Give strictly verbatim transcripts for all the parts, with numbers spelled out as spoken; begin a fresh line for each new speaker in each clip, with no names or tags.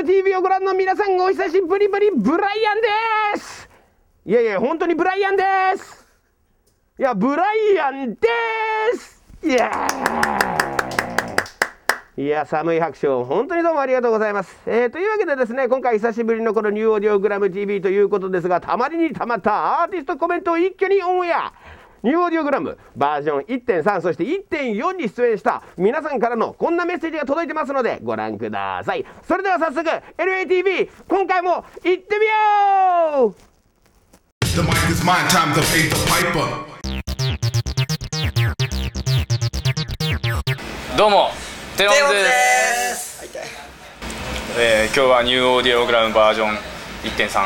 ム ティーブイ をご覧の皆さん、お久しぶりぶり、ブライアンです。いやいや、本当にブライアンです。いや、ブライアンです。いやいや、寒い拍手を本当にどうもありがとうございます。えー、というわけでですね、今回久しぶりのこのニューオーディオグラム ティーブイ ということですが、たまりにたまったアーティストコメントを一挙にオンエア。ニューオーディオグラムバージョン いってんさん そして いってんよん に出演した皆さんからのこんなメッセージが届いてますのでご覧ください。それでは早速 エルエーティーブイ 今回も行ってみよう。 The mic is mine, time to pay the piper.
どうもテヨンズです。えー、今日はニューオーディオグラムバージョン いってんさん、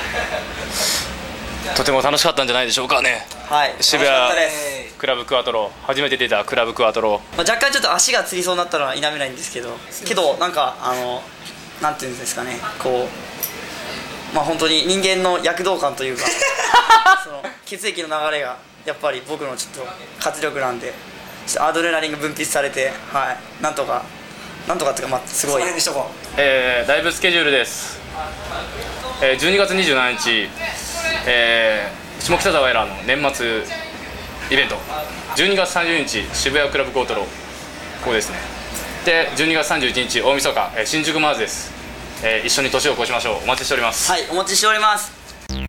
とても楽しかったんじゃないでしょうかね。
はい、
渋谷クラブクワトロ、初めて出たクラブクワトロ、
まあ、若干ちょっと足がつりそうになったのは否めないんですけどけどなんかあのなんていうんですかね、こうまあ本当に人間の躍動感というかその血液の流れがやっぱり僕のちょっと活力なんで、ちょっとアドレナリンが分泌されて、はい、なんとかなんとかっていうか、まあすごいその辺にしとこう。
えー、ライブスケジュールです。えー、じゅうにがつにじゅうしちにち、えー下北沢エラーの年末イベント、じゅうにがつさんじゅうにち渋谷クラブクワトロ、ここですね。でじゅうにがつさんじゅういちにち大晦日、えー、新宿マーズです。えー、一緒に年を越しましょう。お待ちしております。
はい、お待ちしております。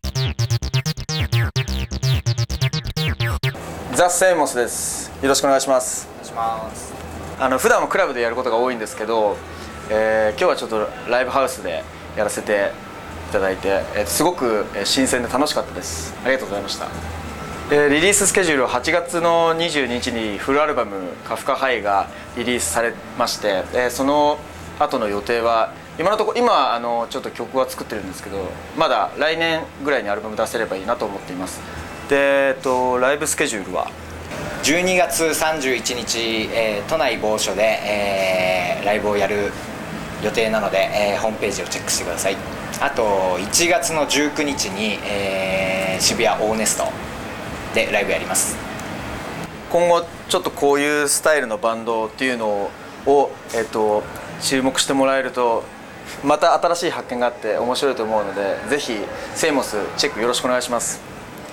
ザ・セイモスです。よろしくお願いします。
お願いします。
あの普段もクラブでやることが多いんですけど、えー、今日はちょっとライブハウスでやらせていただいて、えー、すごく新鮮で楽しかったです。ありがとうございました。えー、リリーススケジュールははちがつのにじゅうににちにフルアルバム「カフカハイ」がリリースされまして、えー、その後の予定は今のところ、今あのちょっと曲は作ってるんですけど、まだ来年ぐらいにアルバム出せればいいなと思っています。で、えっと、ライブスケジュールは
じゅうにがつさんじゅういちにち、えー、都内某所で、えー、ライブをやる予定なので、えー、ホームページをチェックしてください。あといちがつのじゅうくにちに、えー、渋谷オーネストでライブやります。
今後ちょっとこういうスタイルのバンドっていうのを、えっと、注目してもらえるとまた新しい発見があって面白いと思うので、ぜひセイモスチェックよろしくお願いします。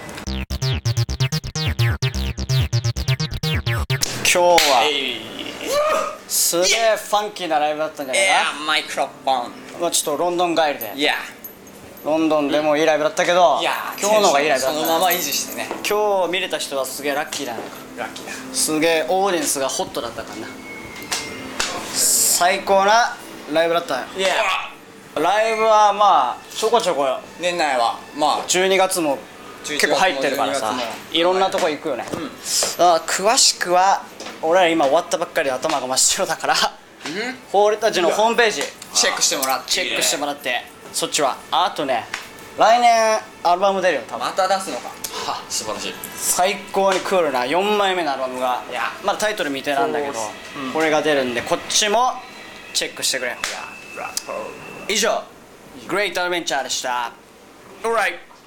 今日はすげえファンキーなライブだったんじゃないかな。
マイクロフォン、
まあちょっとロンドン帰りで、
いや
ロンドンでもいいライブだったけど、
いや
今日の方がいいライブだった。
そのまま維持してね。
今日見れた人はすげえラッキーだね。
ラッキーだ。
すげえオーディエンスがホットだったからな。最高なライブだったよ。
いや
ライブはまあちょこちょこよ。
年内はまあ
じゅうにがつも結構入ってるからさ、いろんなとこ行くよね。うん、だから詳しくは俺ら今終わったばっかりで頭が真っ白だから、俺たちのホームページ
チェックしてもらって
チェックしてもらって、そっちはあとね、来年アルバム出るよ多分。
また出すのか。は素晴らしい。
最高にクールなよんまいめのアルバムが、いやまだタイトル未定なんだけど、うん、これが出るんでこっちもチェックしてくれ。以上グレートアドベンチャーでした。 Alright。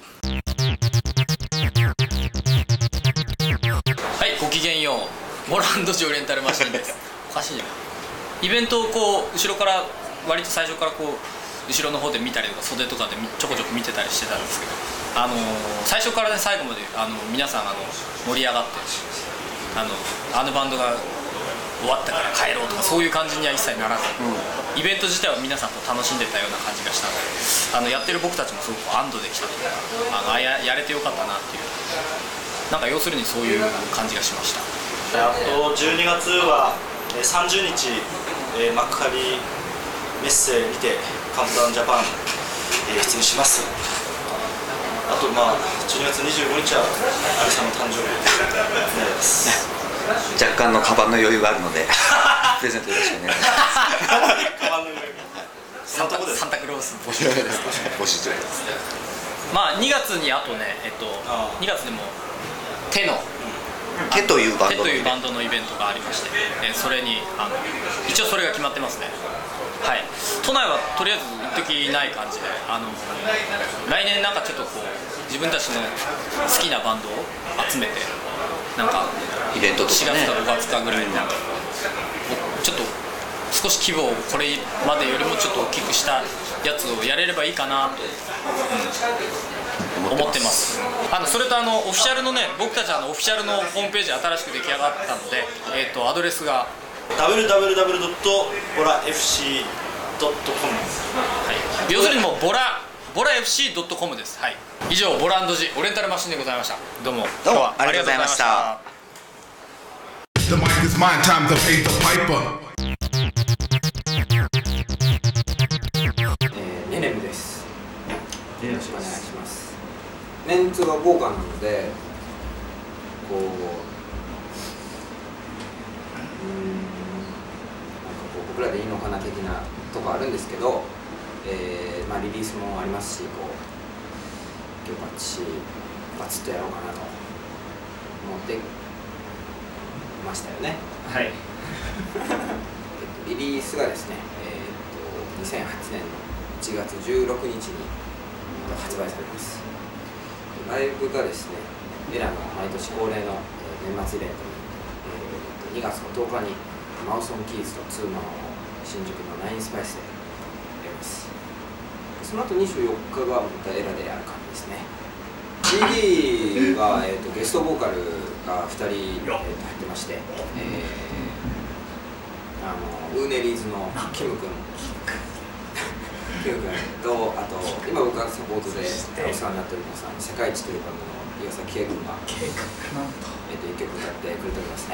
はい、ごきげんよう。モランドジョレンタルマシンです。おかしいじゃん。イベントをこう後ろから割と最初からこう後ろの方で見たりとか袖とかでちょこちょこ見てたりしてたんですけど、あのー、最初からね最後まであの皆さんあの盛り上がって、あのあのバンドが終わったから帰ろうとかそういう感じには一切ならず、うん、イベント自体は皆さんと楽しんでたような感じがしたので、あのやってる僕たちもすごく安堵できたというか、あのあ や, やれてよかったなっていう、なんか要するにそういう感じがしました。
あとじゅうにがつはさんじゅうにち、えー、幕張メッセにてカウントダウンジャパン、えー、出演します。あとまあじゅうにがつにじゅうごにちはアリさんの誕生日になります。
若干のカバンの余裕があるのでプレゼントよろしくお願いします。
カバンの余裕
サンタ、サンタクロース
募集中です。募集中です。
まあにがつにあとね、えっとにがつでも手の
手というバンドの
手というバンドのイベントがありまして、えそれにあの一応それが決まってますね。はい、都内はとりあえず一時ない感じで、あの来年なんかちょっとこう自分たちの好きなバンドを集めてなんか
イベントとかね、
しがつかごがつかぐらいになんかちょっと少し規模をこれまでよりもちょっと大きくしたやつをやれればいいかなと、うん、思ってます。あのそれとあのオフィシャルのね、僕たちあのオフィシャルのホームページ新しく出来上がったので、えー、とアドレスが
ダブリューダブリューダブリュードットボラエフシードットコム、
はい、要するにもうボラボラ エフシードットコム です。はい、以上ボランドジオレンタルマシンでございました。どうも
どうもありがとうございました。
The mic is mine, time to pay the piper.
えー、ネネムです。よろしくお願いします。メンツが豪華なので、こう、うーん、なんかこう僕らでいいのかな的なとこあるんですけど、えー、まあリリースもありますし、こう、今日バッチバツッとやろうかなと思ってましたよね。
はい。
リリースがですね、えー、とにせんはちねんのいちがつじゅうろくにちに発売されます。ライブがですね、エラの毎年恒例の年末イベントに、えー、にがつのとおかにマウソンキーズとツーマンを新宿のナインスパイスでやります。その後にじゅうよっかがまたエラでやる感じですね。シーディー は、えー、とゲストボーカルがふたり、えー、と入ってまして、えー、あのウーネリーズのキム君キム君と、あと今僕がサポートでお世話になっておりますあの世界一というバンドの岩崎圭君が、えー、といっきょく歌ってくれておりますね。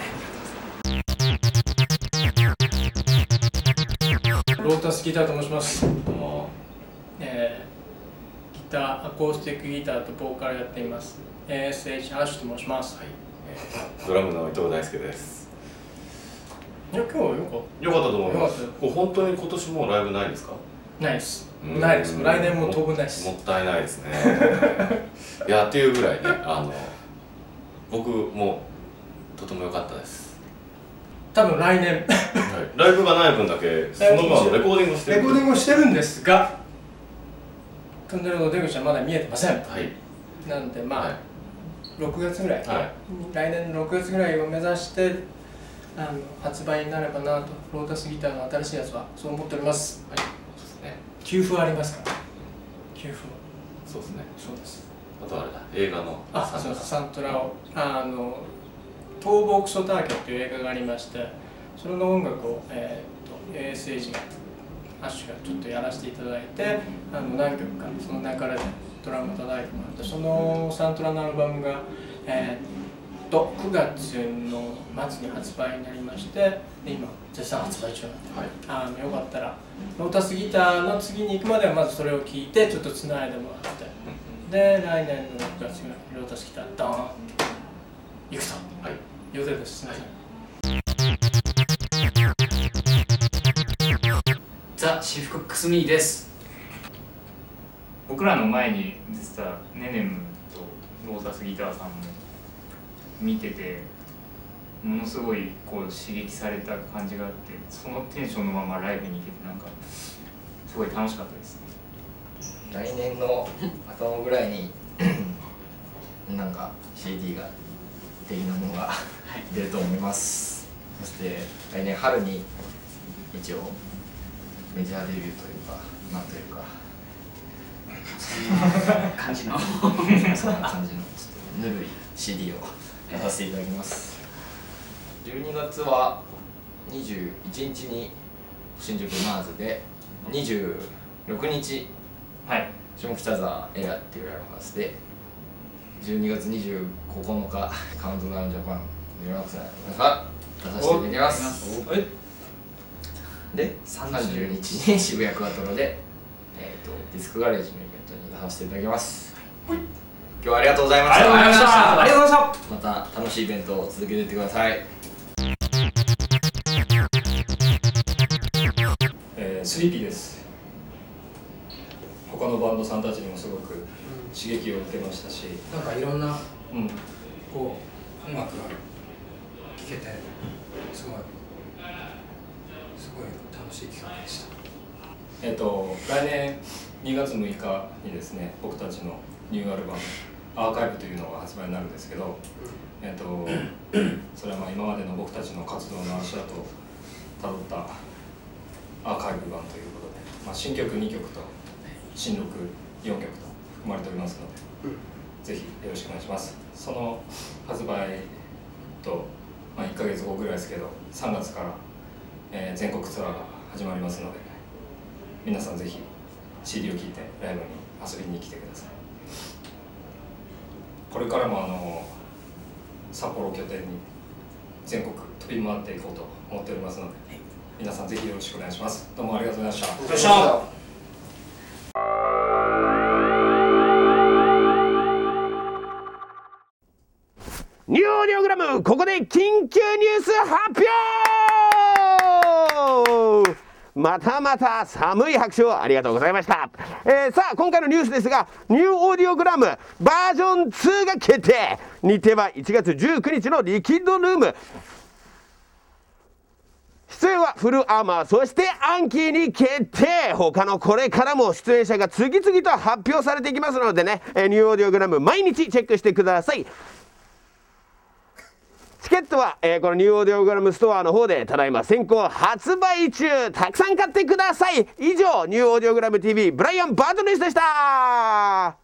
ロータスギターと申します。えー、ギター、アコースティックギターとボーカルやっています。エーエスエイチ ハッシュと申します。はい、
ドラムの伊藤大輔です。
いや、今日はよかった。
よかったと思います。これ本当に今年もうライブないですか？
ないです。ないです。来年も当分ないです。
もったいないですね。いやっていうぐらいね、あの僕もとても良かったです。
多分来年、はい、
ライブがない分だけその分レコーディングしてる。
レコーディングをしてるんですが、トンネルの出口はまだ見えてません。はい。なんでまあ、はい、ろくがつぐらい、はい、来年のろくがつぐらいを目指してあの発売になればなと、ロータスギターの新しいやつはそう思っております。はい、そうですね。給付はありますから。給付は。
そうですね。
そうです。
あとあれだ、映画の
あ、そうです。サントラをあの逃亡クソターゲという映画がありまして、それの音楽を、えー、と エーエスエイチ がアッシュがちょっとやらせていただいて、あの何曲かその流れでドラム叩いてもらって、そのサントラのアルバムが、えー、とくがつの末に発売になりまして、今絶賛発売中なので、はい、あのよかったらロータスギターの次に行くまではまずそれを聴いてちょっとつないでもらって、で来年のろくがつぐらいにロータスギタードーン行くと、はい、予定です。すみません。
ザ・シフクスミーです。僕らの前に出てたネネムとロータスギターさんも見てて、ものすごいこう刺激された感じがあって、そのテンションのままライブに行けてなんかすごい楽しかったですね。
来年の頭ぐらいになんか シーディー が的なものが出ると思います。そして来年春に一応メジャーデビューというか、なんというかそんな感じのそんな感じのちょっとぬるい シーディー を出させていただきます。じゅうにがつはにじゅういちにちに新宿マーズで、にじゅうろくにち、はい、下北沢エラっていうライブハウスで、じゅうにがつにじゅうここのかカウントダウンジャパンミラークスが出させていただきます。でさんじゅうにちに渋谷クワトロで、えー、とディスクガレージのイベントに出させていただきます。今日はありがとうございました。ありがとうございました。ありがとうございました。また楽しいイベントを続けていってください。
えー、スリーピーです。他のバンドさんたちにもすごく刺激を受けましたし、
なんかいろんな、
うん、
こう音楽が聴けてすごいすごい楽しい企画でした。
えっと来年にがつむいかにですね、僕たちのニューアルバム「アーカイブ」というのが発売になるんですけど、えっとそれはまあ今までの僕たちの活動の足跡をたどったアーカイブ版ということで、まあ、新曲にきょくと新録よんきょくと含まれておりますので、うん、ぜひよろしくお願いします。その発売と、まあ、いっかげつごぐらいですけどさんがつから、えー、全国ツアーが始まりますので、皆さんぜひ シーディー を聴いてライブに遊びに来てください。これからもあの札幌を拠点に全国飛び回っていこうと思っておりますので、皆さんぜひよろしくお願いします。どうもありがとうございました。
ニューオーディオグラム、ここで緊急ニュース発表。またまた寒い拍手をありがとうございました。えー、さあ今回のニュースですが、ニューオーディオグラムバージョンツーが決定。日程はいちがつじゅうくにちのリキッドルーム。出演はフルアーマー、そしてアンキーに決定。他のこれからも出演者が次々と発表されていきますのでね、えー、ニューオーディオグラム毎日チェックしてください。チケットは、えー、このニューオーディオグラムストアの方でただいま先行発売中。たくさん買ってください。以上、ニューオーディオグラム ティーブイ ブライアン・バートニスでした。